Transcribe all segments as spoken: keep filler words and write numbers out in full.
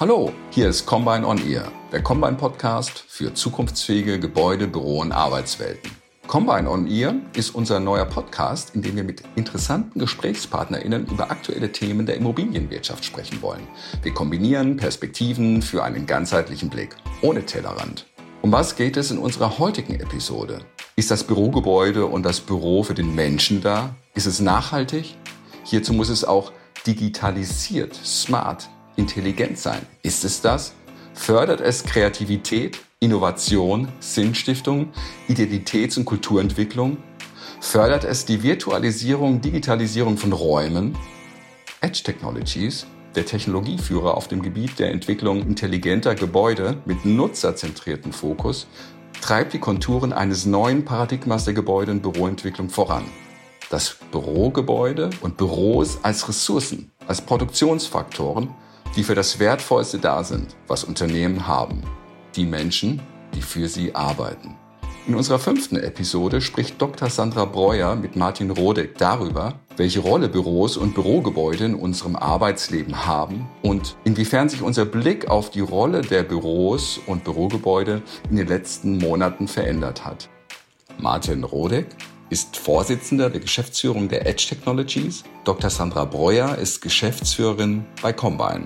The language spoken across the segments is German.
Hallo, hier ist Combine on Air, der Combine-Podcast für zukunftsfähige Gebäude, Büro- und Arbeitswelten. Combine on Air ist unser neuer Podcast, in dem wir mit interessanten GesprächspartnerInnen über aktuelle Themen der Immobilienwirtschaft sprechen wollen. Wir kombinieren Perspektiven für einen ganzheitlichen Blick, ohne Tellerrand. Um was geht es in unserer heutigen Episode? Ist das Bürogebäude und das Büro für den Menschen da? Ist es nachhaltig? Hierzu muss es auch digitalisiert, smart, intelligent sein. Ist es das? Fördert es Kreativität, Innovation, Sinnstiftung, Identitäts- und Kulturentwicklung? Fördert es die Virtualisierung, Digitalisierung von Räumen? Edge Technologies, der Technologieführer auf dem Gebiet der Entwicklung intelligenter Gebäude mit nutzerzentrierten Fokus, treibt die Konturen eines neuen Paradigmas der Gebäude- und Büroentwicklung voran. Das Bürogebäude und Büros als Ressourcen, als Produktionsfaktoren, die für das Wertvollste da sind, was Unternehmen haben. Die Menschen, die für sie arbeiten. In unserer fünften Episode spricht Doktor Sandra Breuer mit Martin Rodeck darüber, welche Rolle Büros und Bürogebäude in unserem Arbeitsleben haben und inwiefern sich unser Blick auf die Rolle der Büros und Bürogebäude in den letzten Monaten verändert hat. Martin Rodeck ist Vorsitzender der Geschäftsführung der Edge Technologies. Doktor Sandra Breuer ist Geschäftsführerin bei Combine.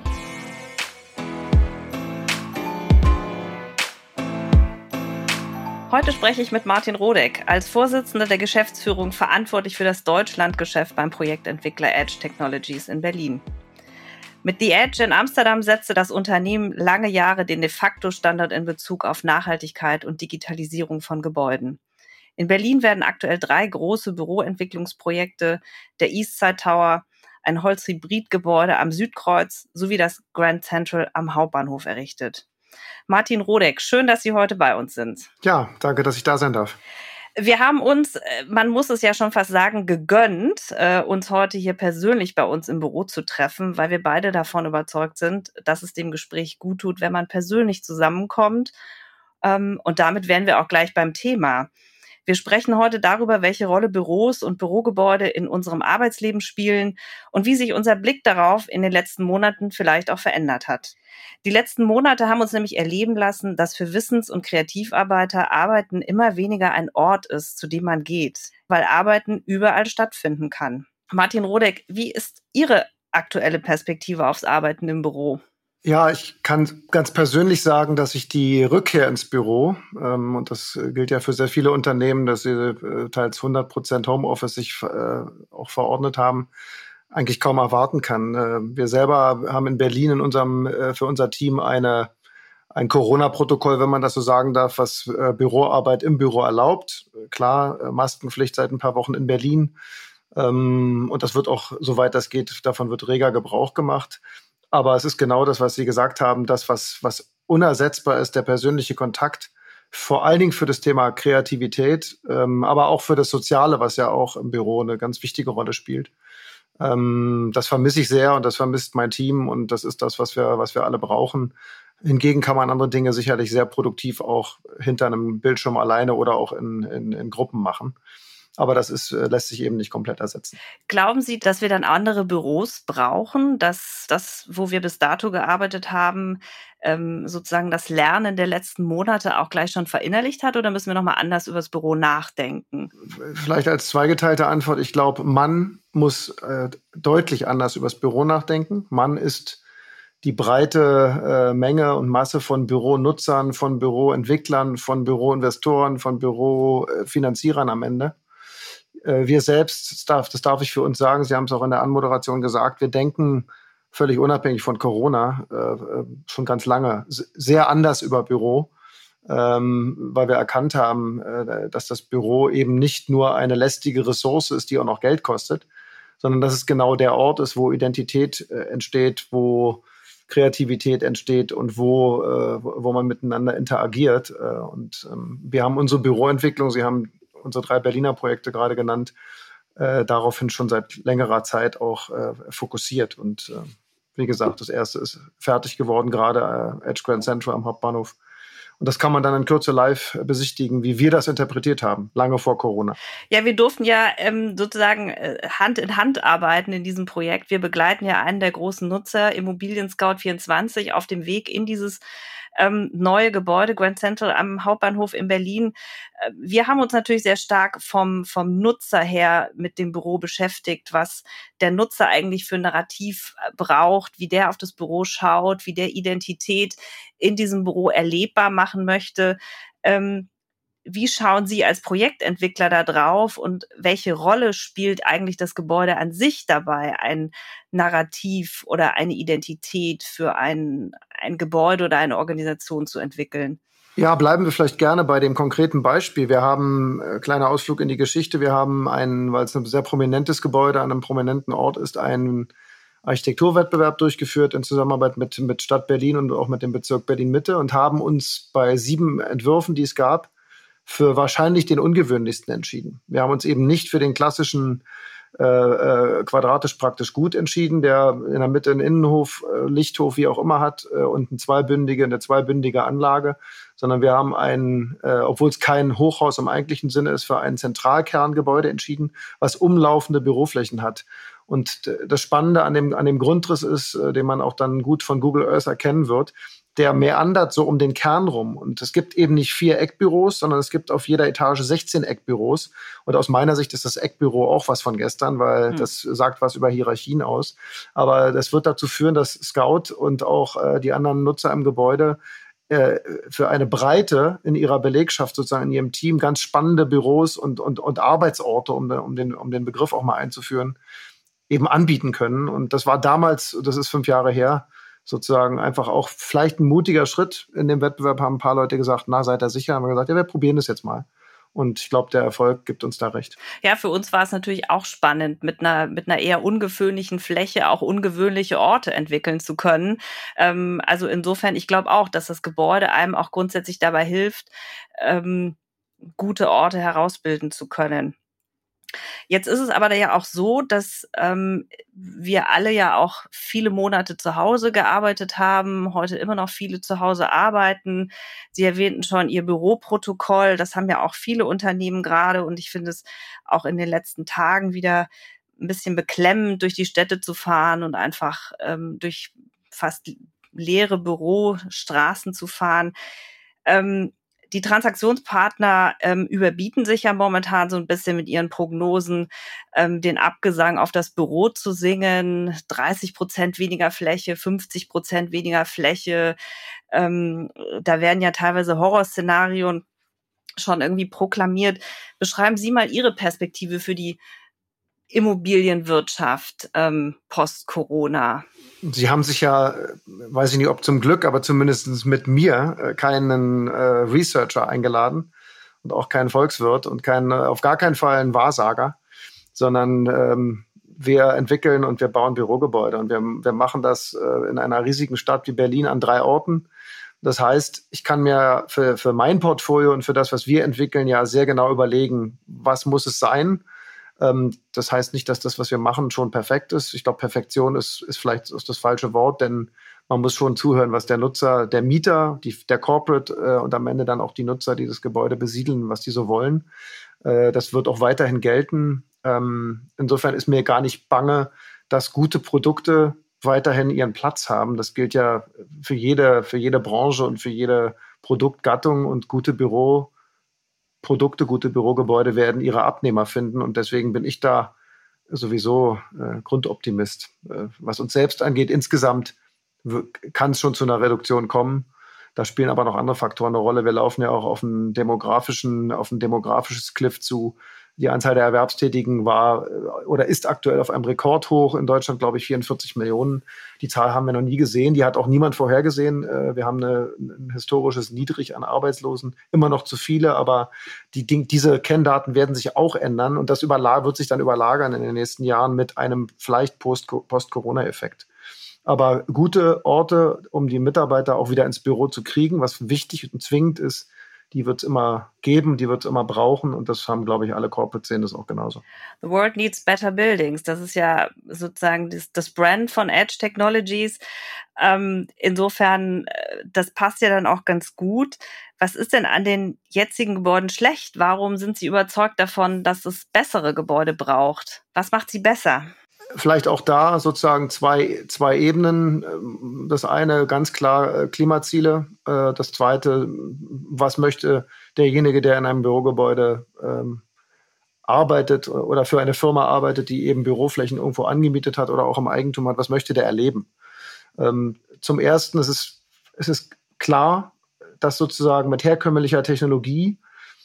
Heute spreche ich mit Martin Rodeck, als Vorsitzender der Geschäftsführung verantwortlich für das Deutschlandgeschäft beim Projektentwickler Edge Technologies in Berlin. Mit The Edge in Amsterdam setzte das Unternehmen lange Jahre den de facto Standard in Bezug auf Nachhaltigkeit und Digitalisierung von Gebäuden. In Berlin werden aktuell drei große Büroentwicklungsprojekte, der Eastside Tower, ein Holzhybridgebäude am Südkreuz sowie das Grand Central am Hauptbahnhof errichtet. Martin Rodeck, schön, dass Sie heute bei uns sind. Ja, danke, dass ich da sein darf. Wir haben uns, man muss es ja schon fast sagen, gegönnt, uns heute hier persönlich bei uns im Büro zu treffen, weil wir beide davon überzeugt sind, dass es dem Gespräch gut tut, wenn man persönlich zusammenkommt. Und damit wären wir auch gleich beim Thema. Wir sprechen heute darüber, welche Rolle Büros und Bürogebäude in unserem Arbeitsleben spielen und wie sich unser Blick darauf in den letzten Monaten vielleicht auch verändert hat. Die letzten Monate haben uns nämlich erleben lassen, dass für Wissens- und Kreativarbeiter Arbeiten immer weniger ein Ort ist, zu dem man geht, weil Arbeiten überall stattfinden kann. Martin Rodeck, wie ist Ihre aktuelle Perspektive aufs Arbeiten im Büro? Ja, ich kann ganz persönlich sagen, dass ich die Rückkehr ins Büro, ähm, und das gilt ja für sehr viele Unternehmen, dass sie äh, teils hundert Prozent Homeoffice sich äh, auch verordnet haben, eigentlich kaum erwarten kann. Äh, wir selber haben in Berlin in unserem äh, für unser Team eine ein Corona-Protokoll, wenn man das so sagen darf, was äh, Büroarbeit im Büro erlaubt. Äh, klar, äh, Maskenpflicht seit ein paar Wochen in Berlin. Ähm, und das wird auch, soweit das geht, davon wird reger Gebrauch gemacht. Aber es ist genau das, was Sie gesagt haben, das, was, was unersetzbar ist, der persönliche Kontakt, vor allen Dingen für das Thema Kreativität, ähm, aber auch für das Soziale, was ja auch im Büro eine ganz wichtige Rolle spielt. Ähm, das vermisse ich sehr und das vermisst mein Team und das ist das, was wir, was wir alle brauchen. Hingegen kann man andere Dinge sicherlich sehr produktiv auch hinter einem Bildschirm alleine oder auch in, in, in Gruppen machen. Aber das ist, lässt sich eben nicht komplett ersetzen. Glauben Sie, dass wir dann andere Büros brauchen, dass das, wo wir bis dato gearbeitet haben, ähm, sozusagen das Lernen der letzten Monate auch gleich schon verinnerlicht hat? Oder müssen wir nochmal anders über das Büro nachdenken? Vielleicht als zweigeteilte Antwort. Ich glaube, man muss äh, deutlich anders über das Büro nachdenken. Man ist die breite äh, Menge und Masse von Büronutzern, von Büroentwicklern, von Büroinvestoren, von Bürofinanzierern am Ende. Wir selbst, das darf, das darf ich für uns sagen, Sie haben es auch in der Anmoderation gesagt, wir denken völlig unabhängig von Corona äh, schon ganz lange sehr anders über Büro, ähm, weil wir erkannt haben, äh, dass das Büro eben nicht nur eine lästige Ressource ist, die auch noch Geld kostet, sondern dass es genau der Ort ist, wo Identität äh, entsteht, wo Kreativität entsteht und wo, äh, wo man miteinander interagiert. Äh, und ähm, wir haben unsere Büroentwicklung, Sie haben unsere drei Berliner Projekte gerade genannt, äh, daraufhin schon seit längerer Zeit auch äh, fokussiert. Und äh, wie gesagt, das erste ist fertig geworden, gerade äh, Edge Grand Central am Hauptbahnhof. Und das kann man dann in Kürze live besichtigen, wie wir das interpretiert haben, lange vor Corona. Ja, wir durften ja ähm, sozusagen äh, Hand in Hand arbeiten in diesem Projekt. Wir begleiten ja einen der großen Nutzer, Immobilien Scout vierundzwanzig, auf dem Weg in dieses ähm, neue Gebäude, Grand Central am Hauptbahnhof in Berlin. Äh, wir haben uns natürlich sehr stark vom, vom Nutzer her mit dem Büro beschäftigt, was der Nutzer eigentlich für ein Narrativ braucht, wie der auf das Büro schaut, wie der Identität in diesem Büro erlebbar machen möchte. Ähm, Wie schauen Sie als Projektentwickler da drauf und welche Rolle spielt eigentlich das Gebäude an sich dabei, ein Narrativ oder eine Identität für ein, ein Gebäude oder eine Organisation zu entwickeln? Ja, bleiben wir vielleicht gerne bei dem konkreten Beispiel. Wir haben, äh, kleiner Ausflug in die Geschichte, wir haben ein, weil es ein sehr prominentes Gebäude an einem prominenten Ort ist, einen Architekturwettbewerb durchgeführt in Zusammenarbeit mit, mit Stadt Berlin und auch mit dem Bezirk Berlin-Mitte und haben uns bei sieben Entwürfen, die es gab, für wahrscheinlich den ungewöhnlichsten entschieden. Wir haben uns eben nicht für den klassischen äh, äh, quadratisch praktisch gut entschieden, der in der Mitte einen Innenhof, äh, Lichthof, wie auch immer hat äh, und eine zweibündige, eine zweibündige Anlage, sondern wir haben ein, äh, obwohl es kein Hochhaus im eigentlichen Sinne ist, für ein Zentralkerngebäude entschieden, was umlaufende Büroflächen hat. Und das Spannende an dem, an dem Grundriss ist, äh, den man auch dann gut von Google Earth erkennen wird, der meandert so um den Kern rum. Und es gibt eben nicht vier Eckbüros, sondern es gibt auf jeder Etage sechzehn Eckbüros. Und aus meiner Sicht ist das Eckbüro auch was von gestern, weil mhm. das sagt was über Hierarchien aus. Aber das wird dazu führen, dass Scout und auch äh, die anderen Nutzer im Gebäude äh, für eine Breite in ihrer Belegschaft, sozusagen in ihrem Team, ganz spannende Büros und, und, und Arbeitsorte, um, um, den, um den Begriff auch mal einzuführen, eben anbieten können. Und das war damals, das ist fünf Jahre her, sozusagen einfach auch vielleicht ein mutiger Schritt. In dem Wettbewerb haben ein paar Leute gesagt, na, seid ihr sicher? Haben wir gesagt, ja, wir probieren das jetzt mal. Und ich glaube, der Erfolg gibt uns da recht. Ja, für uns war es natürlich auch spannend, mit einer mit einer eher ungewöhnlichen Fläche auch ungewöhnliche Orte entwickeln zu können. Ähm, also insofern, ich glaube auch, dass das Gebäude einem auch grundsätzlich dabei hilft, ähm, gute Orte herausbilden zu können. Jetzt ist es aber ja auch so, dass ähm, wir alle ja auch viele Monate zu Hause gearbeitet haben, heute immer noch viele zu Hause arbeiten. Sie erwähnten schon Ihr Büroprotokoll, das haben ja auch viele Unternehmen gerade und ich finde es auch in den letzten Tagen wieder ein bisschen beklemmend, durch die Städte zu fahren und einfach ähm, durch fast leere Bürostraßen zu fahren. Ähm, Die Transaktionspartner ähm, überbieten sich ja momentan so ein bisschen mit ihren Prognosen, ähm, den Abgesang auf das Büro zu singen. dreißig Prozent weniger Fläche, fünfzig Prozent weniger Fläche. Ähm, da werden ja teilweise Horrorszenarien schon irgendwie proklamiert. Beschreiben Sie mal Ihre Perspektive für die Immobilienwirtschaft ähm, post-Corona. Sie haben sich ja, weiß ich nicht, ob zum Glück, aber zumindest mit mir keinen äh, Researcher eingeladen und auch keinen Volkswirt und keinen, auf gar keinen Fall einen Wahrsager, sondern ähm, wir entwickeln und wir bauen Bürogebäude und wir, wir machen das äh, in einer riesigen Stadt wie Berlin an drei Orten. Das heißt, ich kann mir für, für mein Portfolio und für das, was wir entwickeln, ja sehr genau überlegen, was muss es sein. Das heißt nicht, dass das, was wir machen, schon perfekt ist. Ich glaube, Perfektion ist, ist vielleicht ist das falsche Wort, denn man muss schon zuhören, was der Nutzer, der Mieter, die, der Corporate äh, und am Ende dann auch die Nutzer, die das Gebäude besiedeln, was die so wollen. Äh, das wird auch weiterhin gelten. Ähm, insofern ist mir gar nicht bange, dass gute Produkte weiterhin ihren Platz haben. Das gilt ja für jede, für jede Branche und für jede Produktgattung und gute Büro Produkte, gute Bürogebäude werden ihre Abnehmer finden. Und deswegen bin ich da sowieso äh, Grundoptimist. Äh, was uns selbst angeht, insgesamt w- kann es schon zu einer Reduktion kommen. Da spielen aber noch andere Faktoren eine Rolle. Wir laufen ja auch auf einen demografischen, auf ein demografisches Cliff zu. Die Anzahl der Erwerbstätigen war oder ist aktuell auf einem Rekordhoch. In Deutschland, glaube ich, vierundvierzig Millionen. Die Zahl haben wir noch nie gesehen. Die hat auch niemand vorhergesehen. Wir haben eine, ein historisches Niedrig an Arbeitslosen. Immer noch zu viele, aber die, diese Kenndaten werden sich auch ändern. Und das überla- wird sich dann überlagern in den nächsten Jahren mit einem vielleicht Post- Post-Corona-Effekt. Aber gute Orte, um die Mitarbeiter auch wieder ins Büro zu kriegen, was wichtig und zwingend ist. die wird es immer geben, die wird es immer brauchen und das haben, glaube ich, alle Corporates sehen das auch genauso. The world needs better buildings. Das ist ja sozusagen das, das Brand von Edge Technologies. Ähm, insofern, das passt ja dann auch ganz gut. Was ist denn an den jetzigen Gebäuden schlecht? Warum sind Sie überzeugt davon, dass es bessere Gebäude braucht? Was macht sie besser? Vielleicht auch da sozusagen zwei, zwei Ebenen. Das eine ganz klar Klimaziele. Das zweite, was möchte derjenige, der in einem Bürogebäude ähm, arbeitet oder für eine Firma arbeitet, die eben Büroflächen irgendwo angemietet hat oder auch im Eigentum hat, was möchte der erleben? Ähm, zum Ersten ist es, es ist klar, dass sozusagen mit herkömmlicher Technologie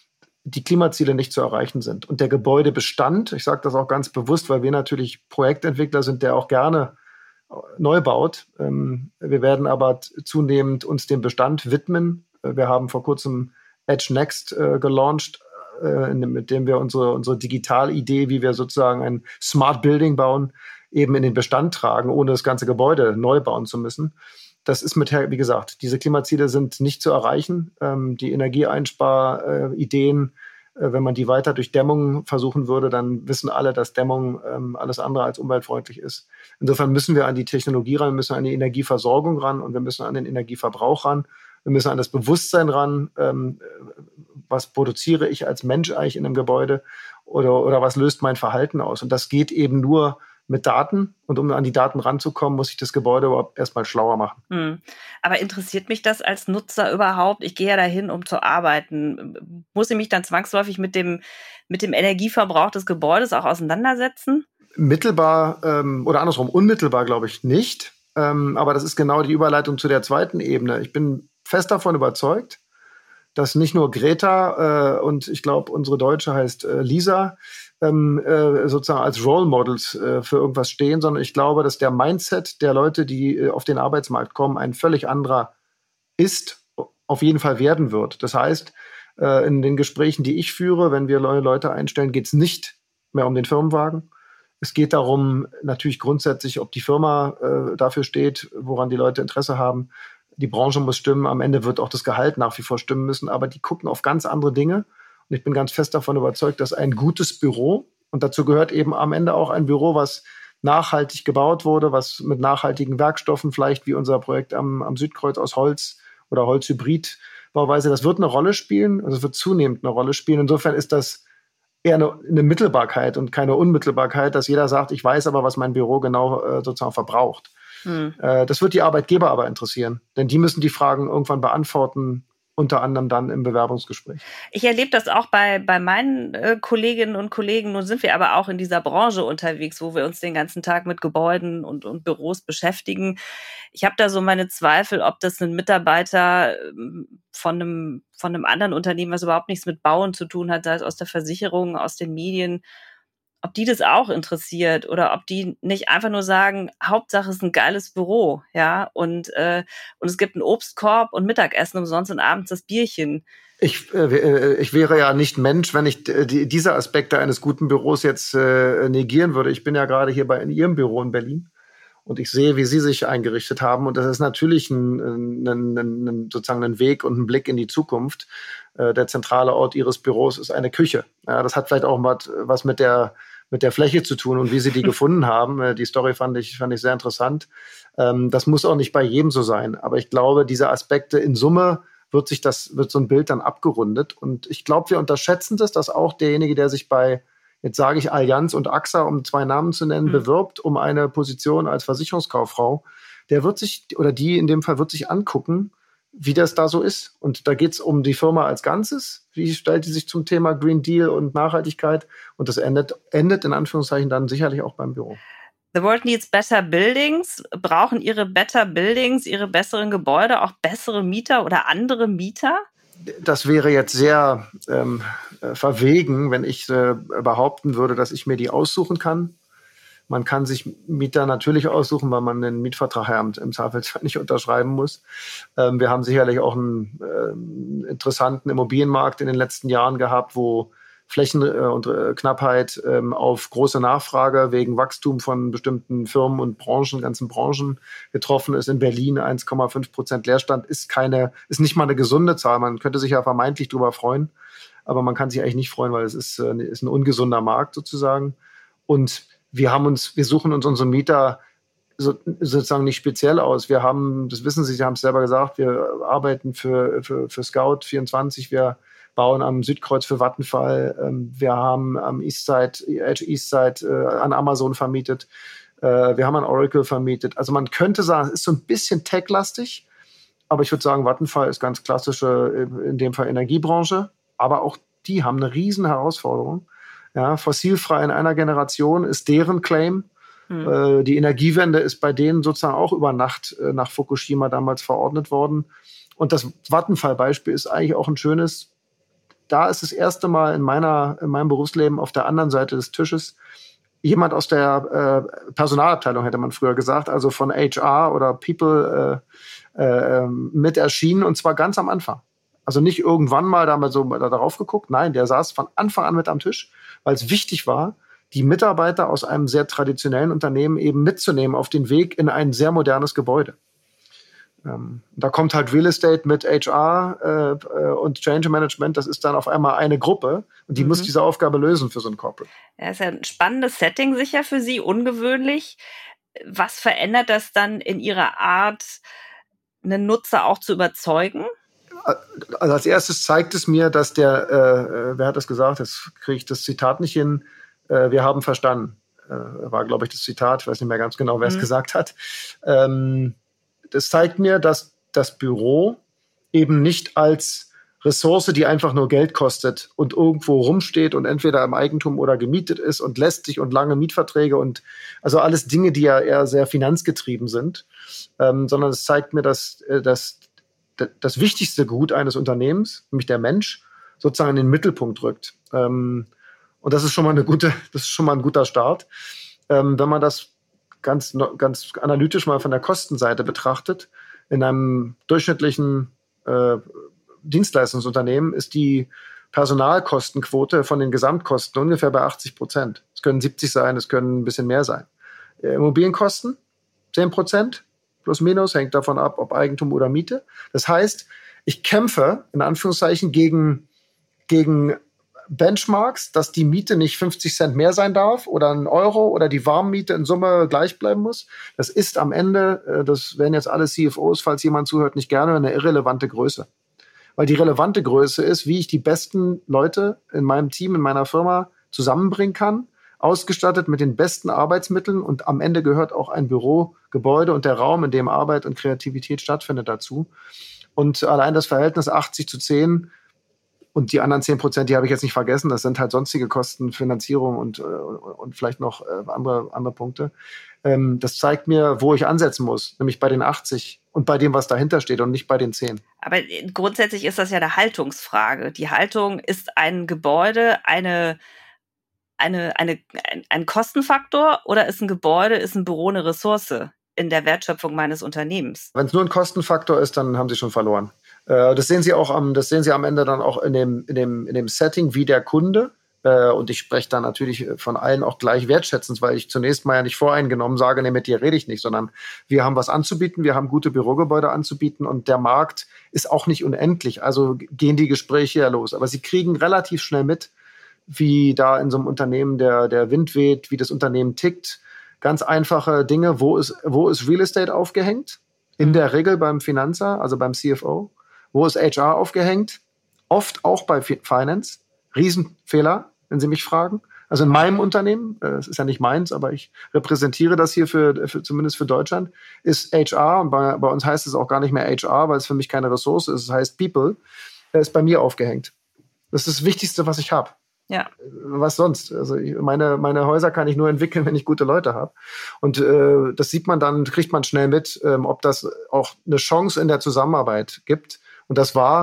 die Klimaziele nicht zu erreichen sind. Und der Gebäudebestand, ich sage das auch ganz bewusst, weil wir natürlich Projektentwickler sind, der auch gerne neu baut. Ähm, wir werden aber zunehmend uns dem Bestand widmen. Wir haben vor kurzem Edge Next äh, gelauncht, äh, mit dem wir unsere, unsere Digitalidee, wie wir sozusagen ein Smart Building bauen, eben in den Bestand tragen, ohne das ganze Gebäude neu bauen zu müssen. Das ist mit, wie gesagt, diese Klimaziele sind nicht zu erreichen. Ähm, die Energieeinsparideen, äh, wenn man die weiter durch Dämmung versuchen würde, dann wissen alle, dass Dämmung ähm, alles andere als umweltfreundlich ist. Insofern müssen wir an die Technologie ran, wir müssen an die Energieversorgung ran und wir müssen an den Energieverbrauch ran. Wir müssen an das Bewusstsein ran, ähm, was produziere ich als Mensch eigentlich in einem Gebäude oder, oder was löst mein Verhalten aus. Und das geht eben nur mit Daten. Und um an die Daten ranzukommen, muss ich das Gebäude überhaupt erstmal schlauer machen. Hm. Aber interessiert mich das als Nutzer überhaupt? Ich gehe ja dahin, um zu arbeiten. Muss ich mich dann zwangsläufig mit dem, mit dem Energieverbrauch des Gebäudes auch auseinandersetzen? Mittelbar ähm, oder andersrum, unmittelbar glaube ich nicht. Ähm, aber das ist genau die Überleitung zu der zweiten Ebene. Ich bin fest davon überzeugt, dass nicht nur Greta äh, und ich glaube, unsere Deutsche heißt äh, Lisa, ähm, äh, sozusagen als Role Models äh, für irgendwas stehen, sondern ich glaube, dass der Mindset der Leute, die äh, auf den Arbeitsmarkt kommen, ein völlig anderer ist, auf jeden Fall werden wird. Das heißt, äh, in den Gesprächen, die ich führe, wenn wir neue Leute einstellen, geht es nicht mehr um den Firmenwagen. Es geht darum, natürlich grundsätzlich, ob die Firma äh, dafür steht, woran die Leute Interesse haben. Die Branche muss stimmen, am Ende wird auch das Gehalt nach wie vor stimmen müssen, aber die gucken auf ganz andere Dinge. Und ich bin ganz fest davon überzeugt, dass ein gutes Büro, und dazu gehört eben am Ende auch ein Büro, was nachhaltig gebaut wurde, was mit nachhaltigen Werkstoffen, vielleicht wie unser Projekt am, am Südkreuz aus Holz oder Holzhybrid-Bauweise, das wird eine Rolle spielen, also es wird zunehmend eine Rolle spielen. Insofern ist das eher eine, eine Mittelbarkeit und keine Unmittelbarkeit, dass jeder sagt, ich weiß aber, was mein Büro genau äh, sozusagen verbraucht. Hm. Äh, das wird die Arbeitgeber aber interessieren, denn die müssen die Fragen irgendwann beantworten, unter anderem dann im Bewerbungsgespräch. Ich erlebe das auch bei, bei meinen äh, Kolleginnen und Kollegen. Nun sind wir aber auch in dieser Branche unterwegs, wo wir uns den ganzen Tag mit Gebäuden und, und Büros beschäftigen. Ich habe da so meine Zweifel, ob das ein Mitarbeiter von einem, von einem anderen Unternehmen, was überhaupt nichts mit Bauen zu tun hat, sei es aus der Versicherung, aus den Medien, ob die das auch interessiert oder ob die nicht einfach nur sagen, Hauptsache es ist ein geiles Büro, ja, und, äh, und es gibt einen Obstkorb und Mittagessen umsonst und abends das Bierchen. Ich, äh, ich wäre ja nicht Mensch, wenn ich die, diese Aspekte eines guten Büros jetzt äh, negieren würde. Ich bin ja gerade hier bei in Ihrem Büro in Berlin und ich sehe, wie Sie sich eingerichtet haben. Und das ist natürlich ein, ein, ein, ein, sozusagen ein Weg und ein Blick in die Zukunft. Äh, der zentrale Ort Ihres Büros ist eine Küche. Ja, das hat vielleicht auch mal was mit der mit der Fläche zu tun und wie Sie die gefunden haben. Die Story fand ich, fand ich sehr interessant. Ähm, das muss auch nicht bei jedem so sein. Aber ich glaube, diese Aspekte in Summe wird sich das, wird so ein Bild dann abgerundet. Und ich glaube, wir unterschätzen das, dass auch derjenige, der sich bei, jetzt sage ich Allianz und A X A, um zwei Namen zu nennen, mhm. bewirbt um eine Position als Versicherungskauffrau, der wird sich, oder die in dem Fall wird sich angucken, wie das da so ist. Und da geht es um die Firma als Ganzes. Wie stellt die sich zum Thema Green Deal und Nachhaltigkeit? Und das endet, endet in Anführungszeichen dann sicherlich auch beim Büro. The world needs better buildings. Brauchen Ihre better buildings, Ihre besseren Gebäude auch bessere Mieter oder andere Mieter? Das wäre jetzt sehr ähm, verwegen, wenn ich äh, behaupten würde, dass ich mir die aussuchen kann. Man kann sich Mieter natürlich aussuchen, weil man einen Mietvertrag ja im Zweifelsfall nicht unterschreiben muss. Ähm, wir haben sicherlich auch einen äh, interessanten Immobilienmarkt in den letzten Jahren gehabt, wo Flächen- und Knappheit ähm, auf große Nachfrage wegen Wachstum von bestimmten Firmen und Branchen, ganzen Branchen getroffen ist. In Berlin eins Komma fünf Prozent Leerstand ist keine, ist nicht mal eine gesunde Zahl. Man könnte sich ja vermeintlich drüber freuen, aber man kann sich eigentlich nicht freuen, weil es ist, äh, ist ein ungesunder Markt sozusagen. Und wir haben uns, wir suchen uns unsere Mieter so, sozusagen nicht speziell aus. Wir haben, das wissen Sie, Sie haben es selber gesagt, wir arbeiten für, für, für Scout vierundzwanzig, wir bauen am Südkreuz für Vattenfall, ähm, wir haben am Eastside, Edge Eastside äh, an Amazon vermietet, äh, wir haben an Oracle vermietet. Also man könnte sagen, es ist so ein bisschen tech-lastig, aber ich würde sagen, Vattenfall ist ganz klassische, in dem Fall Energiebranche, aber auch die haben eine riesen Herausforderung. Ja, fossilfrei in einer Generation ist deren Claim. Mhm. Die Energiewende ist bei denen sozusagen auch über Nacht nach Fukushima damals verordnet worden. Und das Vattenfall-Beispiel ist eigentlich auch ein schönes. Da ist das erste Mal in meiner, in meinem Berufsleben auf der anderen Seite des Tisches jemand aus der äh, Personalabteilung, hätte man früher gesagt, also von H R oder People äh, äh, mit erschienen, und zwar ganz am Anfang. Also nicht irgendwann mal da mal so darauf geguckt. Nein, der saß von Anfang an mit am Tisch, weil es wichtig war, die Mitarbeiter aus einem sehr traditionellen Unternehmen eben mitzunehmen auf den Weg in ein sehr modernes Gebäude. Ähm, da kommt halt Real Estate mit H R äh, und Change Management, das ist dann auf einmal eine Gruppe und die mhm. muss diese Aufgabe lösen für so ein Corporate. Ja, ist ja ein spannendes Setting sicher für Sie, ungewöhnlich. Was verändert das dann in Ihrer Art, einen Nutzer auch zu überzeugen? Also als erstes zeigt es mir, dass der, äh, wer hat das gesagt, das kriege ich das Zitat nicht hin, wir haben verstanden, äh, war, glaube ich, das Zitat. Ich weiß nicht mehr ganz genau, wer es mhm. gesagt hat. Ähm, das zeigt mir, dass das Büro eben nicht als Ressource, die einfach nur Geld kostet und irgendwo rumsteht und entweder im Eigentum oder gemietet ist und lästig und lange Mietverträge und also alles Dinge, die ja eher sehr finanzgetrieben sind, ähm, sondern es zeigt mir, dass, äh, dass d- das wichtigste Gut eines Unternehmens, nämlich der Mensch, sozusagen in den Mittelpunkt rückt. Ähm, Und das ist schon mal eine gute, das ist schon mal ein guter Start. Ähm, wenn man das ganz, ganz analytisch mal von der Kostenseite betrachtet, in einem durchschnittlichen äh, Dienstleistungsunternehmen ist die Personalkostenquote von den Gesamtkosten ungefähr bei achtzig Prozent. Es können siebzig sein, es können ein bisschen mehr sein. Äh, Immobilienkosten zehn Prozent plus minus, hängt davon ab, ob Eigentum oder Miete. Das heißt, ich kämpfe in Anführungszeichen gegen, gegen Benchmarks, dass die Miete nicht fünfzig Cent mehr sein darf oder ein Euro oder die Warmmiete in Summe gleich bleiben muss. Das ist am Ende, das werden jetzt alle C F Os, falls jemand zuhört, nicht gerne, eine irrelevante Größe. Weil die relevante Größe ist, wie ich die besten Leute in meinem Team, in meiner Firma zusammenbringen kann, ausgestattet mit den besten Arbeitsmitteln, und am Ende gehört auch ein Bürogebäude und der Raum, in dem Arbeit und Kreativität stattfindet, dazu. Und allein das Verhältnis achtzig zu zehn und die anderen zehn Prozent, die habe ich jetzt nicht vergessen, das sind halt sonstige Kosten, Finanzierung und, und vielleicht noch andere, andere Punkte. Das zeigt mir, wo ich ansetzen muss, nämlich bei den achtzig und bei dem, was dahinter steht und nicht bei den zehn. Aber grundsätzlich ist das ja eine Haltungsfrage. Die Haltung, ist ein Gebäude eine, eine, eine, ein, ein Kostenfaktor oder ist ein Gebäude, ist ein Büro eine Ressource in der Wertschöpfung meines Unternehmens? Wenn es nur ein Kostenfaktor ist, dann haben Sie schon verloren. Das sehen Sie auch am, das sehen Sie am Ende dann auch in dem, in dem, in dem Setting wie der Kunde. Und ich spreche da natürlich von allen auch gleich wertschätzend, weil ich zunächst mal ja nicht voreingenommen sage, nee, mit dir rede ich nicht, sondern wir haben was anzubieten, wir haben gute Bürogebäude anzubieten und der Markt ist auch nicht unendlich. Also gehen die Gespräche ja los. Aber Sie kriegen relativ schnell mit, wie da in so einem Unternehmen der, der Wind weht, wie das Unternehmen tickt. Ganz einfache Dinge. Wo ist, wo ist Real Estate aufgehängt? In der Regel beim Finanzer, also beim C F O. Wo ist H R aufgehängt? Oft auch bei Finance. Riesenfehler, wenn Sie mich fragen. Also in meinem Unternehmen, es ist ja nicht meins, aber ich repräsentiere das hier für, für zumindest für Deutschland, ist H R, und bei, bei uns heißt es auch gar nicht mehr H R, weil es für mich keine Ressource ist, es heißt People, ist bei mir aufgehängt. Das ist das Wichtigste, was ich habe. Ja. Was sonst? Also meine, meine Häuser kann ich nur entwickeln, wenn ich gute Leute habe. Und äh, das sieht man dann, kriegt man schnell mit, ähm, ob das auch eine Chance in der Zusammenarbeit gibt. Und das war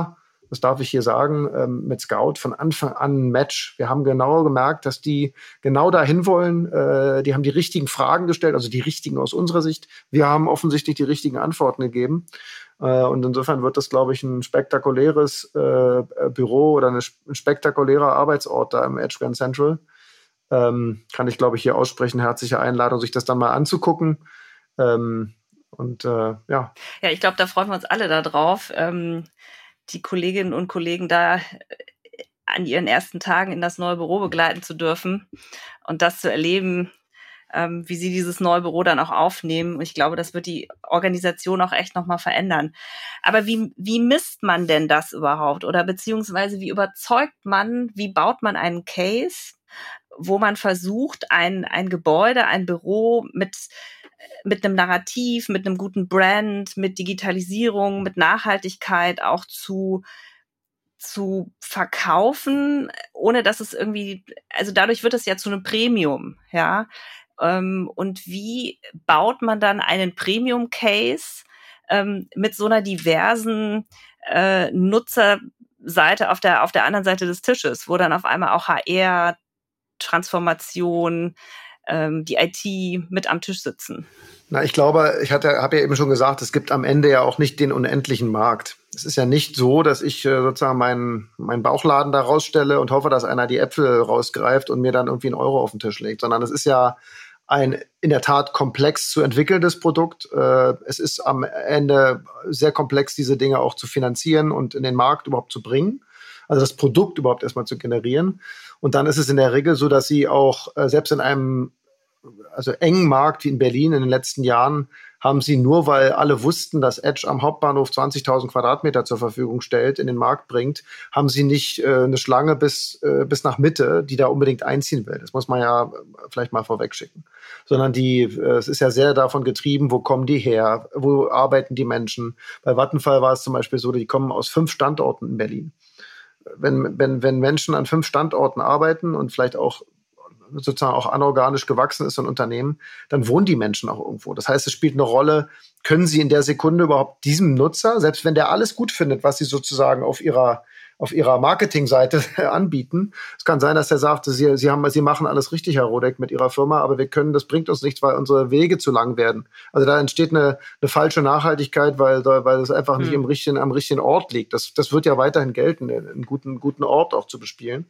das darf ich hier sagen, ähm, mit Scout von Anfang an ein Match. Wir haben genau gemerkt, dass die genau dahin wollen. Äh, die haben die richtigen Fragen gestellt, also die richtigen aus unserer Sicht. Wir haben offensichtlich die richtigen Antworten gegeben. Äh, und insofern wird das, glaube ich, ein spektakuläres äh, Büro oder eine, ein spektakulärer Arbeitsort da im Edge Grand Central. Ähm, kann ich, glaube ich, hier aussprechen. Herzliche Einladung, sich das dann mal anzugucken. Ähm, und äh, ja. Ja, ich glaube, da freuen wir uns alle darauf, ähm, die Kolleginnen und Kollegen da an ihren ersten Tagen in das neue Büro begleiten zu dürfen und das zu erleben, ähm, wie sie dieses neue Büro dann auch aufnehmen. Und ich glaube, das wird die Organisation auch echt nochmal verändern. Aber wie, wie misst man denn das überhaupt? Oder beziehungsweise wie überzeugt man, wie baut man einen Case, wo man versucht, ein, ein Gebäude, ein Büro mit mit einem Narrativ, mit einem guten Brand, mit Digitalisierung, mit Nachhaltigkeit auch zu, zu verkaufen, ohne dass es irgendwie, also dadurch wird es ja zu einem Premium, ja. Und wie baut man dann einen Premium-Case ähm, mit so einer diversen äh, Nutzerseite auf der, auf der anderen Seite des Tisches, wo dann auf einmal auch H R, Transformation, die I T mit am Tisch sitzen? Na, ich glaube, ich hatte, habe ja eben schon gesagt, es gibt am Ende ja auch nicht den unendlichen Markt. Es ist ja nicht so, dass ich äh, sozusagen meinen meinen Bauchladen da rausstelle und hoffe, dass einer die Äpfel rausgreift und mir dann irgendwie einen Euro auf den Tisch legt, sondern es ist ja ein in der Tat komplex zu entwickelndes Produkt. Äh, es ist am Ende sehr komplex, diese Dinge auch zu finanzieren und in den Markt überhaupt zu bringen. Also das Produkt überhaupt erstmal zu generieren. Und dann ist es in der Regel so, dass sie auch äh, selbst in einem also engen Markt wie in Berlin in den letzten Jahren haben sie nur, weil alle wussten, dass Edge am Hauptbahnhof zwanzigtausend Quadratmeter zur Verfügung stellt, in den Markt bringt, haben sie nicht äh, eine Schlange bis, äh, bis nach Mitte, die da unbedingt einziehen will. Das muss man ja vielleicht mal vorwegschicken. Sondern die, äh, es ist ja sehr davon getrieben, wo kommen die her, wo arbeiten die Menschen. Bei Vattenfall war es zum Beispiel so, die kommen aus fünf Standorten in Berlin. Wenn, wenn, wenn Menschen an fünf Standorten arbeiten und vielleicht auch sozusagen auch anorganisch gewachsen ist, ein Unternehmen, dann wohnen die Menschen auch irgendwo. Das heißt, es spielt eine Rolle, können sie in der Sekunde überhaupt diesem Nutzer, selbst wenn der alles gut findet, was sie sozusagen auf ihrer, auf ihrer Marketingseite anbieten, es kann sein, dass der sagt, sie, sie, haben, sie machen alles richtig, Herr Rodek, mit ihrer Firma, aber wir können, das bringt uns nichts, weil unsere Wege zu lang werden. Also da entsteht eine, eine falsche Nachhaltigkeit, weil, weil es einfach nicht mhm. im richtigen, am richtigen Ort liegt. Das, das wird ja weiterhin gelten, einen guten, guten Ort auch zu bespielen.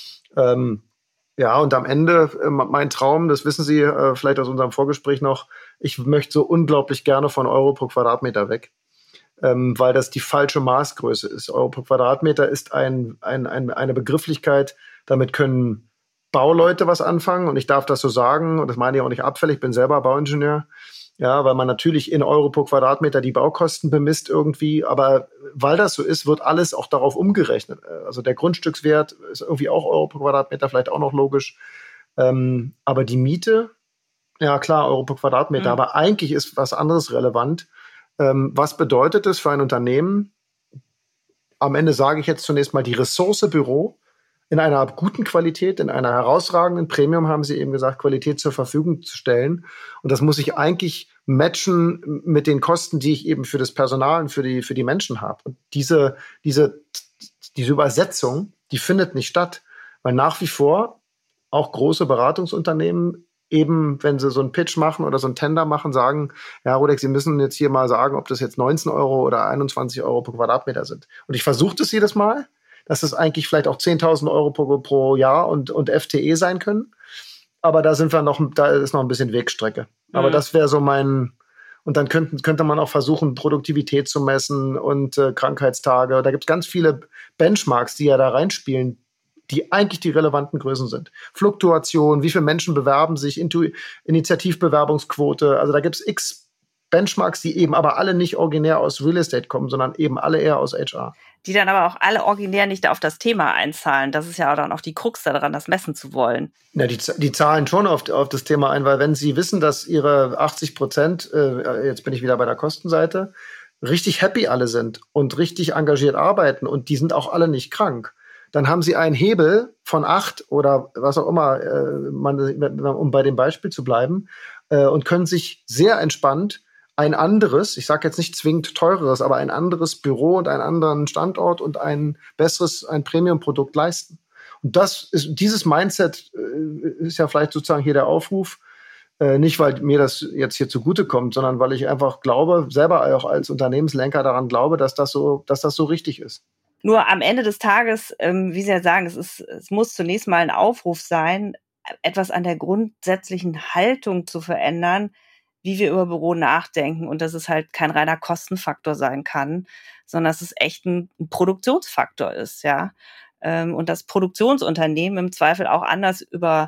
Ähm, Ja, und am Ende, äh, mein Traum, das wissen Sie äh, vielleicht aus unserem Vorgespräch noch, ich möchte so unglaublich gerne von Euro pro Quadratmeter weg, ähm, weil das die falsche Maßgröße ist. Euro pro Quadratmeter ist ein, ein, ein, eine Begrifflichkeit, damit können Bauleute was anfangen und ich darf das so sagen und das meine ich auch nicht abfällig, ich bin selber Bauingenieur. Ja, weil man natürlich in Euro pro Quadratmeter die Baukosten bemisst irgendwie, aber weil das so ist, wird alles auch darauf umgerechnet. Also der Grundstückswert ist irgendwie auch Euro pro Quadratmeter, vielleicht auch noch logisch. Ähm, aber die Miete, ja klar, Euro pro Quadratmeter, mhm. aber eigentlich ist was anderes relevant. Ähm, was bedeutet es für ein Unternehmen? Am Ende sage ich jetzt zunächst mal die Ressource Büro in einer guten Qualität, in einer herausragenden Premium, haben Sie eben gesagt, Qualität zur Verfügung zu stellen. Und das muss ich eigentlich matchen mit den Kosten, die ich eben für das Personal und für die, für die Menschen habe. Und diese, diese, diese Übersetzung, die findet nicht statt, weil nach wie vor auch große Beratungsunternehmen eben, wenn sie so einen Pitch machen oder so einen Tender machen, sagen, ja, Rodek, Sie müssen jetzt hier mal sagen, ob das jetzt neunzehn Euro oder einundzwanzig Euro pro Quadratmeter sind. Und ich versuche das jedes Mal, dass es eigentlich vielleicht auch zehntausend Euro pro, pro Jahr und, und F T E sein können. Aber da sind wir noch, da ist noch ein bisschen Wegstrecke. Mhm. Aber das wäre so mein, und dann könnten, könnte man auch versuchen, Produktivität zu messen und äh, Krankheitstage. Da gibt es ganz viele Benchmarks, die ja da reinspielen, die eigentlich die relevanten Größen sind. Fluktuation, wie viele Menschen bewerben sich, Intu- Initiativbewerbungsquote. Also da gibt es x Benchmarks, die eben aber alle nicht originär aus Real Estate kommen, sondern eben alle eher aus H R. Die dann aber auch alle originär nicht auf das Thema einzahlen. Das ist ja dann auch die Krux daran, das messen zu wollen. Ja, die, die zahlen schon auf, auf das Thema ein, weil wenn sie wissen, dass ihre achtzig Prozent, äh, jetzt bin ich wieder bei der Kostenseite, richtig happy alle sind und richtig engagiert arbeiten und die sind auch alle nicht krank, dann haben sie einen Hebel von acht oder was auch immer, äh, man, um bei dem Beispiel zu bleiben, äh, und können sich sehr entspannt ein anderes, ich sage jetzt nicht zwingend teureres, aber ein anderes Büro und einen anderen Standort und ein besseres, ein Premium-Produkt leisten. Und das ist, dieses Mindset äh, ist ja vielleicht sozusagen hier der Aufruf, äh, nicht weil mir das jetzt hier zugutekommt, sondern weil ich einfach glaube, selber auch als Unternehmenslenker daran glaube, dass das so, dass das so richtig ist. Nur am Ende des Tages, ähm, wie Sie ja sagen, es ist, es muss zunächst mal ein Aufruf sein, etwas an der grundsätzlichen Haltung zu verändern, wie wir über Büro nachdenken und dass es halt kein reiner Kostenfaktor sein kann, sondern dass es echt ein, ein Produktionsfaktor ist, ja. Ähm, und dass Produktionsunternehmen im Zweifel auch anders über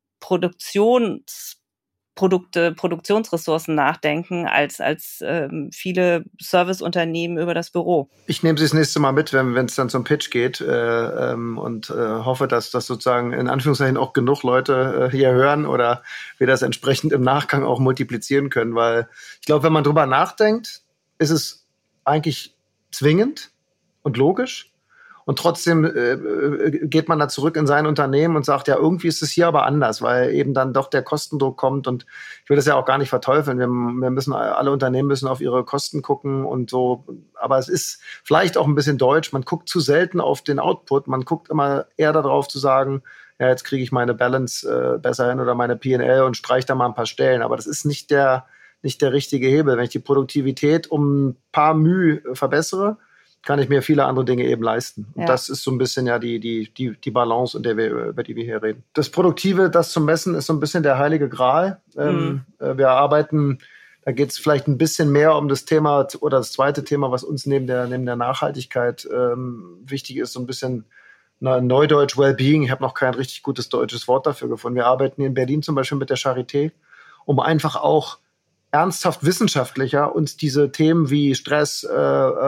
Produktions Produkte, Produktionsressourcen nachdenken, als, als ähm, viele Serviceunternehmen über das Büro. Ich nehme Sie das nächste Mal mit, wenn es dann zum Pitch geht äh, ähm, und äh, hoffe, dass das sozusagen in Anführungszeichen auch genug Leute äh, hier hören oder wir das entsprechend im Nachgang auch multiplizieren können, weil ich glaube, wenn man drüber nachdenkt, ist es eigentlich zwingend und logisch. Und trotzdem äh, geht man da zurück in sein Unternehmen und sagt, ja, irgendwie ist es hier aber anders, weil eben dann doch der Kostendruck kommt. Und ich will das ja auch gar nicht verteufeln. Wir, wir müssen, alle Unternehmen müssen auf ihre Kosten gucken und so. Aber es ist vielleicht auch ein bisschen deutsch. Man guckt zu selten auf den Output. Man guckt immer eher darauf zu sagen, ja, jetzt kriege ich meine Balance äh, besser hin oder meine P und L und streiche da mal ein paar Stellen. Aber das ist nicht der, nicht der richtige Hebel. Wenn ich die Produktivität um ein paar Mühe verbessere, kann ich mir viele andere Dinge eben leisten. Und ja. Das ist so ein bisschen ja die, die, die, die Balance, in der wir, über die wir hier reden. Das Produktive, das zu messen, ist so ein bisschen der heilige Gral. Mhm. Ähm, wir arbeiten, da geht es vielleicht ein bisschen mehr um das Thema oder das zweite Thema, was uns neben der, neben der Nachhaltigkeit ähm, wichtig ist, so ein bisschen na, Neudeutsch Wellbeing. Ich habe noch kein richtig gutes deutsches Wort dafür gefunden. Wir arbeiten hier in Berlin zum Beispiel mit der Charité, um einfach auch ernsthaft wissenschaftlicher uns diese Themen wie Stress, äh,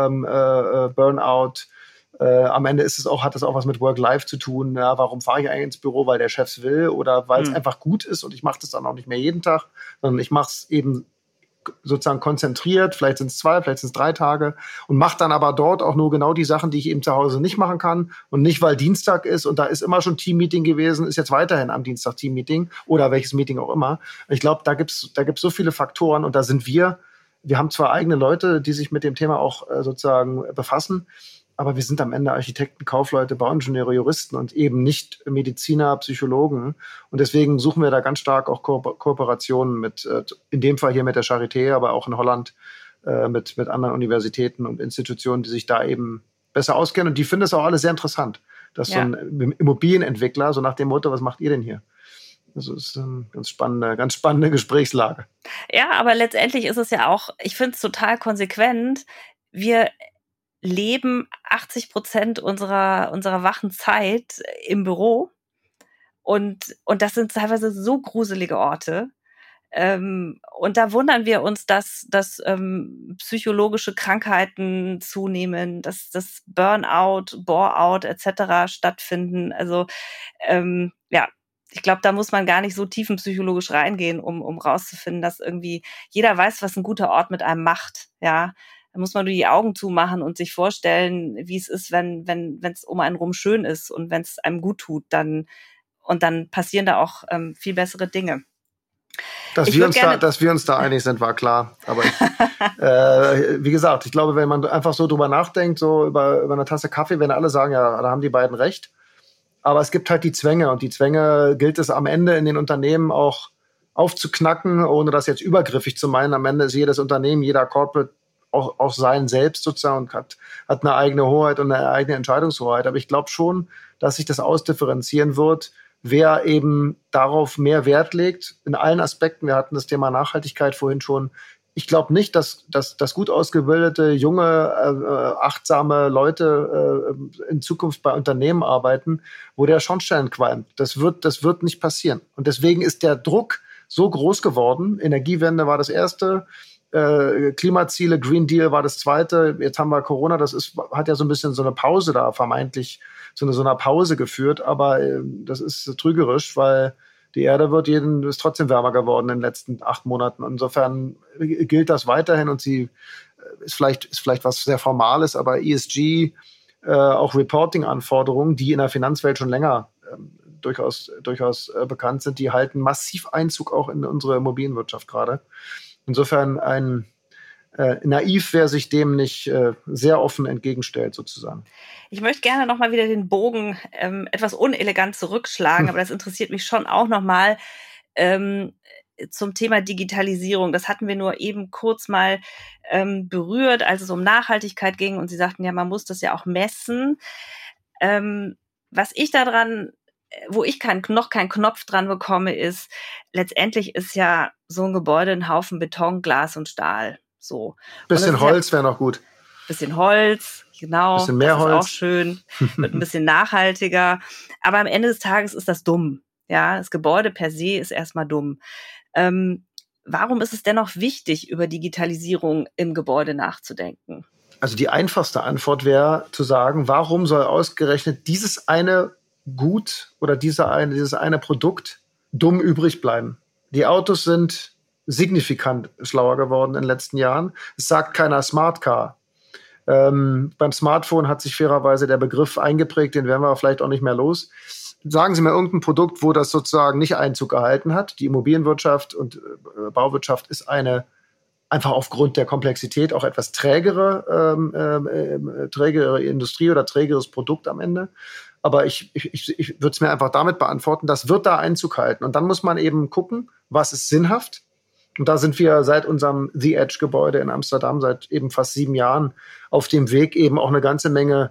äh, Burnout, äh, am Ende ist es auch, hat es auch was mit Work-Life zu tun. Ja, warum fahre ich eigentlich ins Büro? Weil der Chef es will oder weil es mhm. einfach gut ist und ich mache das dann auch nicht mehr jeden Tag, sondern ich mache es eben sozusagen konzentriert, vielleicht sind es zwei, vielleicht sind es drei Tage und mache dann aber dort auch nur genau die Sachen, die ich eben zu Hause nicht machen kann und nicht, weil Dienstag ist und da ist immer schon Teammeeting gewesen, ist jetzt weiterhin am Dienstag Teammeeting oder welches Meeting auch immer. Ich glaube, da gibt's da gibt's so viele Faktoren und da sind wir, wir haben zwar eigene Leute, die sich mit dem Thema auch äh, sozusagen befassen, aber wir sind am Ende Architekten, Kaufleute, Bauingenieure, Juristen und eben nicht Mediziner, Psychologen. Und deswegen suchen wir da ganz stark auch Ko- Kooperationen mit, in dem Fall hier mit der Charité, aber auch in Holland äh, mit, mit anderen Universitäten und Institutionen, die sich da eben besser auskennen. Und die finden es auch alle sehr interessant, dass ja. so ein Immobilienentwickler, so nach dem Motto, was macht ihr denn hier? Also es ist eine ganz spannende, ganz spannende Gesprächslage. Ja, aber letztendlich ist es ja auch, ich finde es total konsequent. Wir leben achtzig Prozent unserer, unserer wachen Zeit im Büro. Und, und das sind teilweise so gruselige Orte. Ähm, und da wundern wir uns, dass, dass ähm, psychologische Krankheiten zunehmen, dass das Burnout, Bore-out et cetera stattfinden. Also ähm, ja, ich glaube, da muss man gar nicht so tiefenpsychologisch reingehen, um, um rauszufinden, dass irgendwie jeder weiß, was ein guter Ort mit einem macht. Ja, da muss man nur die Augen zumachen und sich vorstellen, wie es ist, wenn wenn wenn es um einen rum schön ist und wenn es einem gut tut, dann und dann passieren da auch ähm, viel bessere Dinge. Dass wir, uns da, dass wir uns da einig sind, war klar. Aber ich, äh, wie gesagt, ich glaube, wenn man einfach so drüber nachdenkt, so über, über eine Tasse Kaffee, wenn alle sagen, ja, da haben die beiden recht. Aber es gibt halt die Zwänge und die Zwänge gilt es am Ende in den Unternehmen auch aufzuknacken, ohne das jetzt übergriffig zu meinen. Am Ende ist jedes Unternehmen, jeder Corporate auch, auch sein selbst sozusagen und hat, hat eine eigene Hoheit und eine eigene Entscheidungshoheit. Aber ich glaube schon, dass sich das ausdifferenzieren wird, wer eben darauf mehr Wert legt, in allen Aspekten. Wir hatten das Thema Nachhaltigkeit vorhin schon. Ich glaube nicht, dass, dass, dass gut ausgebildete, junge, äh, achtsame Leute äh, in Zukunft bei Unternehmen arbeiten, wo der Schornstein qualmt. Das wird, das wird nicht passieren. Und deswegen ist der Druck so groß geworden. Energiewende war das erste. Äh, Klimaziele, Green Deal war das zweite. Jetzt haben wir Corona. Das ist, hat ja so ein bisschen so eine Pause da vermeintlich zu so, so einer Pause geführt. Aber äh, das ist trügerisch, weil die Erde wird jeden, ist trotzdem wärmer geworden in den letzten acht Monaten. Insofern gilt das weiterhin und sie ist vielleicht, ist vielleicht was sehr Formales, aber E S G, äh, auch Reporting-Anforderungen, die in der Finanzwelt schon länger ähm, durchaus, durchaus äh, bekannt sind, die halten massiv Einzug auch in unsere Immobilienwirtschaft gerade. Insofern ein, äh, naiv, wer sich dem nicht äh, sehr offen entgegenstellt, sozusagen. Ich möchte gerne nochmal wieder den Bogen ähm, etwas unelegant zurückschlagen, hm. aber das interessiert mich schon auch nochmal ähm, zum Thema Digitalisierung. Das hatten wir nur eben kurz mal ähm, berührt, als es um Nachhaltigkeit ging und Sie sagten ja, man muss das ja auch messen. Ähm, was ich daran, wo ich kein, noch keinen Knopf dran bekomme, ist, letztendlich ist ja so ein Gebäude ein Haufen Beton, Glas und Stahl. So. Bisschen Holz wäre noch gut. Bisschen Holz, genau. Bisschen mehr das ist Holz. auch schön. Wird ein bisschen nachhaltiger. Aber am Ende des Tages ist das dumm. Ja, das Gebäude per se ist erstmal dumm. Ähm, warum ist es dennoch wichtig, über Digitalisierung im Gebäude nachzudenken? Also die einfachste Antwort wäre zu sagen, warum soll ausgerechnet dieses eine Gut oder diese eine, dieses eine Produkt dumm übrig bleiben? Die Autos sind signifikant schlauer geworden in den letzten Jahren. Es sagt keiner Smart Car. Ähm, beim Smartphone hat sich fairerweise der Begriff eingeprägt, den werden wir vielleicht auch nicht mehr los. Sagen Sie mir irgendein Produkt, wo das sozusagen nicht Einzug gehalten hat. Die Immobilienwirtschaft und äh, Bauwirtschaft ist eine einfach aufgrund der Komplexität auch etwas trägere, ähm, äh, trägere Industrie oder trägeres Produkt am Ende. Aber ich, ich, ich würde es mir einfach damit beantworten, das wird da Einzug halten. Und dann muss man eben gucken, was ist sinnhaft. Und da sind wir seit unserem The Edge-Gebäude in Amsterdam, seit eben fast sieben Jahren auf dem Weg, eben auch eine ganze Menge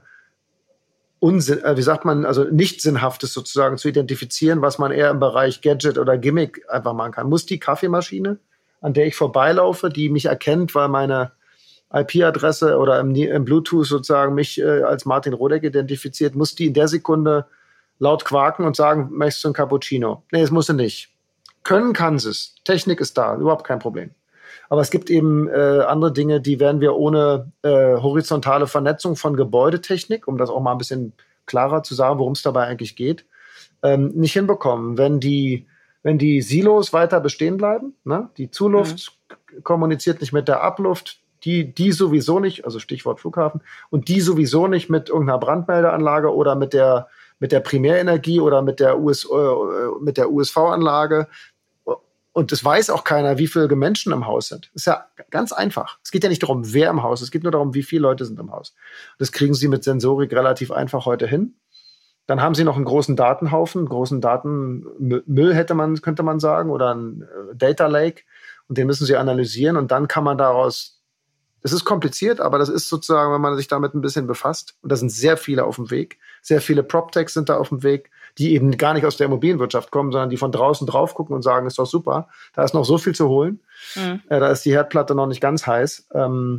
Unsinn, äh, wie sagt man, also nicht Sinnhaftes sozusagen zu identifizieren, was man eher im Bereich Gadget oder Gimmick einfach machen kann. Muss die Kaffeemaschine, an der ich vorbeilaufe, die mich erkennt, weil meine I P-Adresse oder im, im Bluetooth sozusagen mich äh, als Martin Rodeck identifiziert, muss die in der Sekunde laut quaken und sagen, möchtest du ein Cappuccino? Nee, das muss sie nicht. Können kann sie es. Technik ist da, überhaupt kein Problem. Aber es gibt eben äh, andere Dinge, die werden wir ohne äh, horizontale Vernetzung von Gebäudetechnik, um das auch mal ein bisschen klarer zu sagen, worum es dabei eigentlich geht, ähm, nicht hinbekommen. Wenn die, wenn die Silos weiter bestehen bleiben, ne? Die Zuluft mhm. kommuniziert nicht mit der Abluft, die, die sowieso nicht, also Stichwort Flughafen, und die sowieso nicht mit irgendeiner Brandmeldeanlage oder mit der, mit der Primärenergie oder mit der, U S, äh, mit der U S V-Anlage. Und es weiß auch keiner, wie viele Menschen im Haus sind. Das ist ja ganz einfach. Es geht ja nicht darum, wer im Haus ist. Es geht nur darum, wie viele Leute sind im Haus. Das kriegen Sie mit Sensorik relativ einfach heute hin. Dann haben Sie noch einen großen Datenhaufen, einen großen Datenmüll, hätte man, könnte man sagen, oder einen Data Lake. Und den müssen Sie analysieren. Und dann kann man daraus, das ist kompliziert, aber das ist sozusagen, wenn man sich damit ein bisschen befasst. Und da sind sehr viele auf dem Weg. Sehr viele PropTechs sind da auf dem Weg, die eben gar nicht aus der Immobilienwirtschaft kommen, sondern die von draußen drauf gucken und sagen, ist doch super, da ist noch so viel zu holen. Mhm. Äh, da ist die Herdplatte noch nicht ganz heiß. Ähm,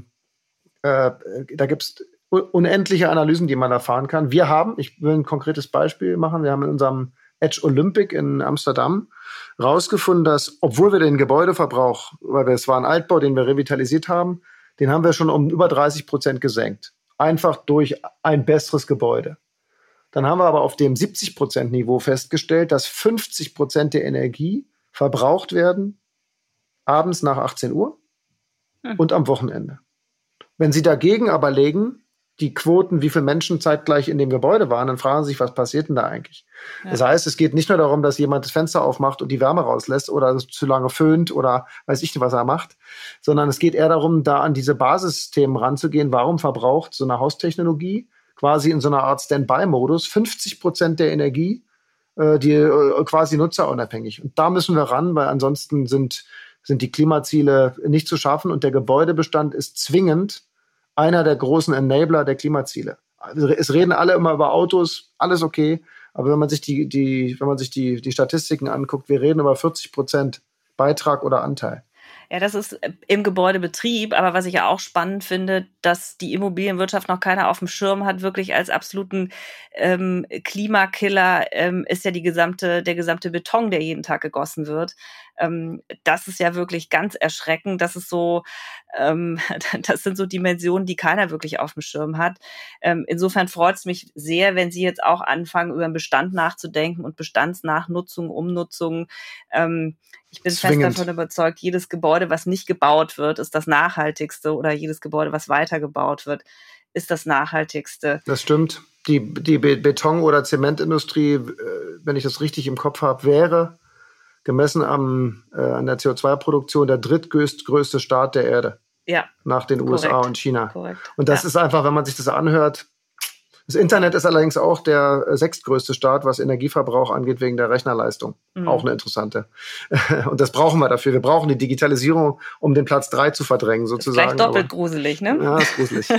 äh, da gibt es unendliche Analysen, die man erfahren kann. Wir haben, ich will ein konkretes Beispiel machen, wir haben in unserem Edge Olympic in Amsterdam rausgefunden, dass, obwohl wir den Gebäudeverbrauch, weil wir, es war ein Altbau, den wir revitalisiert haben, den haben wir schon um über dreißig Prozent gesenkt. Einfach durch ein besseres Gebäude. Dann haben wir aber auf dem siebzig Prozent Niveau festgestellt, dass fünfzig Prozent der Energie verbraucht werden abends nach achtzehn Uhr hm. und am Wochenende. Wenn Sie dagegen aber legen, die Quoten, wie viele Menschen zeitgleich in dem Gebäude waren, dann fragen Sie sich, was passiert denn da eigentlich? Ja. Das heißt, es geht nicht nur darum, dass jemand das Fenster aufmacht und die Wärme rauslässt oder zu lange föhnt oder weiß ich nicht, was er macht, sondern es geht eher darum, da an diese Basisthemen ranzugehen. Warum verbraucht so eine Haustechnologie quasi in so einer Art Standby-Modus fünfzig Prozent der Energie, äh, die äh, quasi nutzerunabhängig. Und da müssen wir ran, weil ansonsten sind, sind die Klimaziele nicht zu schaffen und der Gebäudebestand ist zwingend einer der großen Enabler der Klimaziele. Also es reden alle immer über Autos, alles okay, aber wenn man sich die, die, wenn man sich die, die Statistiken anguckt, wir reden über vierzig Prozent Beitrag oder Anteil. Ja, das ist im Gebäudebetrieb, aber was ich ja auch spannend finde, dass die Immobilienwirtschaft noch keiner auf dem Schirm hat, wirklich als absoluten ähm, Klimakiller ähm, ist ja die gesamte, der gesamte Beton, der jeden Tag gegossen wird. Ähm, das ist ja wirklich ganz erschreckend. Das ist so, ähm, das sind so Dimensionen, die keiner wirklich auf dem Schirm hat. Ähm, insofern freut es mich sehr, wenn Sie jetzt auch anfangen, über den Bestand nachzudenken und Bestandsnachnutzung, Umnutzung. Ähm, Ich bin Zwingend. fest davon überzeugt, jedes Gebäude, was nicht gebaut wird, ist das nachhaltigste oder jedes Gebäude, was weitergebaut wird, ist das nachhaltigste. Das stimmt. Die, die Beton- oder Zementindustrie, wenn ich das richtig im Kopf habe, wäre gemessen am, äh, an der C O zwei Produktion der drittgrößte Staat der Erde. Ja. Nach den Korrekt. U S A und China. Korrekt. Und das ja. ist einfach, wenn man sich das anhört, das Internet ist allerdings auch der sechstgrößte Staat, was Energieverbrauch angeht, wegen der Rechnerleistung. Mhm. Auch eine interessante. Und das brauchen wir dafür. Wir brauchen die Digitalisierung, um den Platz drei zu verdrängen, sozusagen. Das ist gleich doppelt Aber, gruselig, ne? Ja, ist gruselig.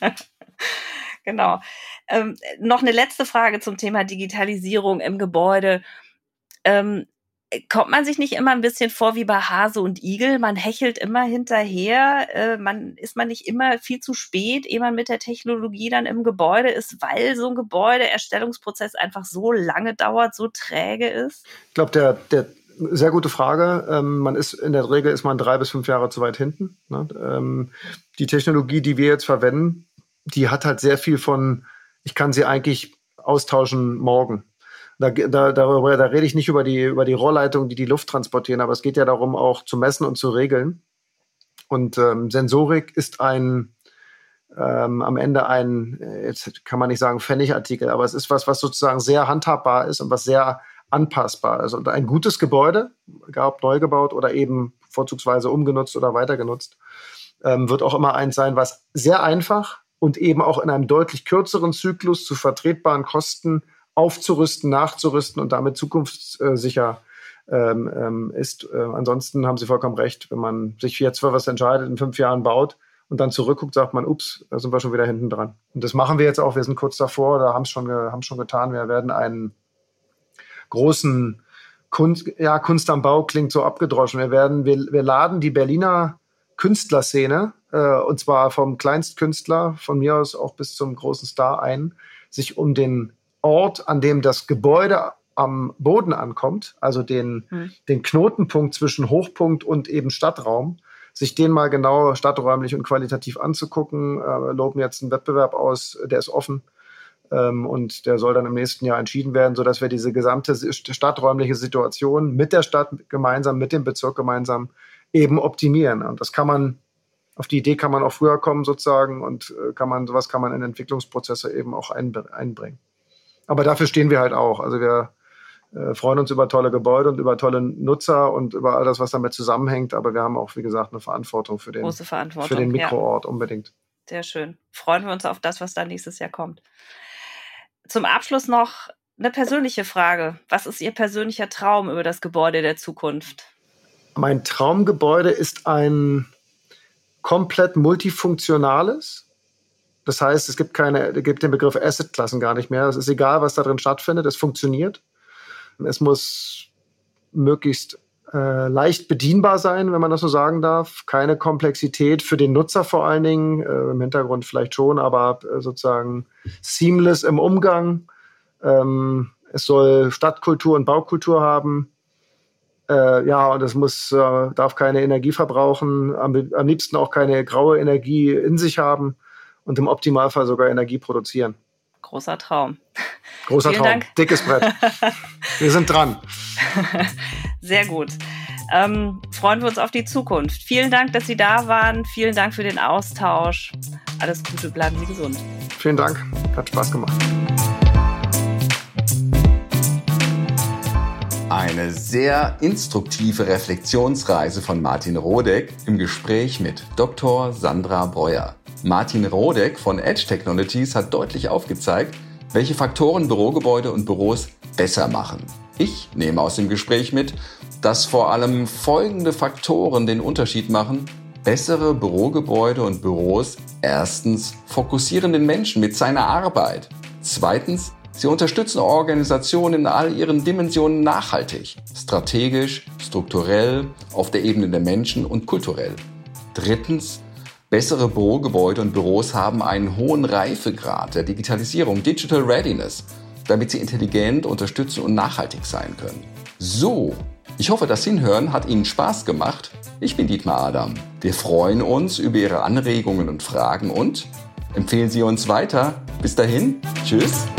Genau. Ähm, noch eine letzte Frage zum Thema Digitalisierung im Gebäude. Ähm, kommt man sich nicht immer ein bisschen vor wie bei Hase und Igel? Man hechelt immer hinterher. Äh, man ist man nicht immer viel zu spät, ehe man mit der Technologie dann im Gebäude ist, weil so ein Gebäudeerstellungsprozess einfach so lange dauert, so träge ist? Ich glaube, der, der sehr gute Frage. Ähm, man ist in der Regel ist man drei bis fünf Jahre zu weit hinten. Ne? Ähm, die Technologie, die wir jetzt verwenden, die hat halt sehr viel von, ich kann sie eigentlich austauschen morgen. Da, da, darüber, da rede ich nicht über die, über die Rohrleitungen, die die Luft transportieren, aber es geht ja darum, auch zu messen und zu regeln. Und ähm, Sensorik ist ein, ähm, am Ende ein, jetzt kann man nicht sagen Pfennigartikel, aber es ist was, was sozusagen sehr handhabbar ist und was sehr anpassbar ist. Und ein gutes Gebäude, egal ob neu gebaut oder eben vorzugsweise umgenutzt oder weitergenutzt, ähm, wird auch immer eins sein, was sehr einfach und eben auch in einem deutlich kürzeren Zyklus zu vertretbaren Kosten aufzurüsten, nachzurüsten und damit zukunftssicher ähm, ähm, ist. Äh, ansonsten haben Sie vollkommen recht, wenn man sich jetzt für was entscheidet, in fünf Jahren baut und dann zurückguckt, sagt man, ups, da sind wir schon wieder hinten dran. Und das machen wir jetzt auch, wir sind kurz davor, da haben es schon, haben schon getan, wir werden einen großen Kunst, ja, Kunst am Bau klingt so abgedroschen, wir werden, wir, wir laden die Berliner Künstlerszene, äh, und zwar vom Kleinstkünstler, von mir aus auch bis zum großen Star ein, sich um den Ort, an dem das Gebäude am Boden ankommt, also den, hm. den Knotenpunkt zwischen Hochpunkt und eben Stadtraum, sich den mal genau stadträumlich und qualitativ anzugucken. Äh, loben jetzt einen Wettbewerb aus, der ist offen ähm, und der soll dann im nächsten Jahr entschieden werden, sodass wir diese gesamte stadträumliche Situation mit der Stadt gemeinsam, mit dem Bezirk gemeinsam eben optimieren. Und das kann man, auf die Idee kann man auch früher kommen sozusagen und äh, kann man, sowas kann man in Entwicklungsprozesse eben auch einb- einbringen. Aber dafür stehen wir halt auch. Also wir äh, freuen uns über tolle Gebäude und über tolle Nutzer und über all das, was damit zusammenhängt. Aber wir haben auch, wie gesagt, eine Verantwortung für den, Große Verantwortung, für den Mikroort ja. unbedingt. Sehr schön. Freuen wir uns auf das, was da nächstes Jahr kommt. Zum Abschluss noch eine persönliche Frage. Was ist Ihr persönlicher Traum über das Gebäude der Zukunft? Mein Traumgebäude ist ein komplett multifunktionales. Das heißt, es gibt keine, es gibt den Begriff Assetklassen gar nicht mehr. Es ist egal, was da drin stattfindet. Es funktioniert. Es muss möglichst äh, leicht bedienbar sein, wenn man das so sagen darf. Keine Komplexität für den Nutzer vor allen Dingen. Äh, im Hintergrund vielleicht schon, aber äh, sozusagen seamless im Umgang. Ähm, es soll Stadtkultur und Baukultur haben. Äh, ja, und es muss, äh, darf keine Energie verbrauchen. Am, am liebsten auch keine graue Energie in sich haben. Und im Optimalfall sogar Energie produzieren. Großer Traum. Großer Vielen Traum. Dank. Dickes Brett. Wir sind dran. Sehr gut. Ähm, freuen wir uns auf die Zukunft. Vielen Dank, dass Sie da waren. Vielen Dank für den Austausch. Alles Gute, bleiben Sie gesund. Vielen Dank. Hat Spaß gemacht. Eine sehr instruktive Reflexionsreise von Martin Rodeck im Gespräch mit Doktor Sandra Breuer. Martin Rodeck von Edge Technologies hat deutlich aufgezeigt, welche Faktoren Bürogebäude und Büros besser machen. Ich nehme aus dem Gespräch mit, dass vor allem folgende Faktoren den Unterschied machen. Bessere Bürogebäude und Büros. Erstens, fokussieren den Menschen mit seiner Arbeit. Zweitens, sie unterstützen Organisationen in all ihren Dimensionen nachhaltig, strategisch, strukturell, auf der Ebene der Menschen und kulturell. Drittens, bessere Bürogebäude und Büros haben einen hohen Reifegrad der Digitalisierung, Digital Readiness, damit sie intelligent, unterstützen und nachhaltig sein können. So, ich hoffe, das Hinhören hat Ihnen Spaß gemacht. Ich bin Dietmar Adam. Wir freuen uns über Ihre Anregungen und Fragen und empfehlen Sie uns weiter. Bis dahin, tschüss.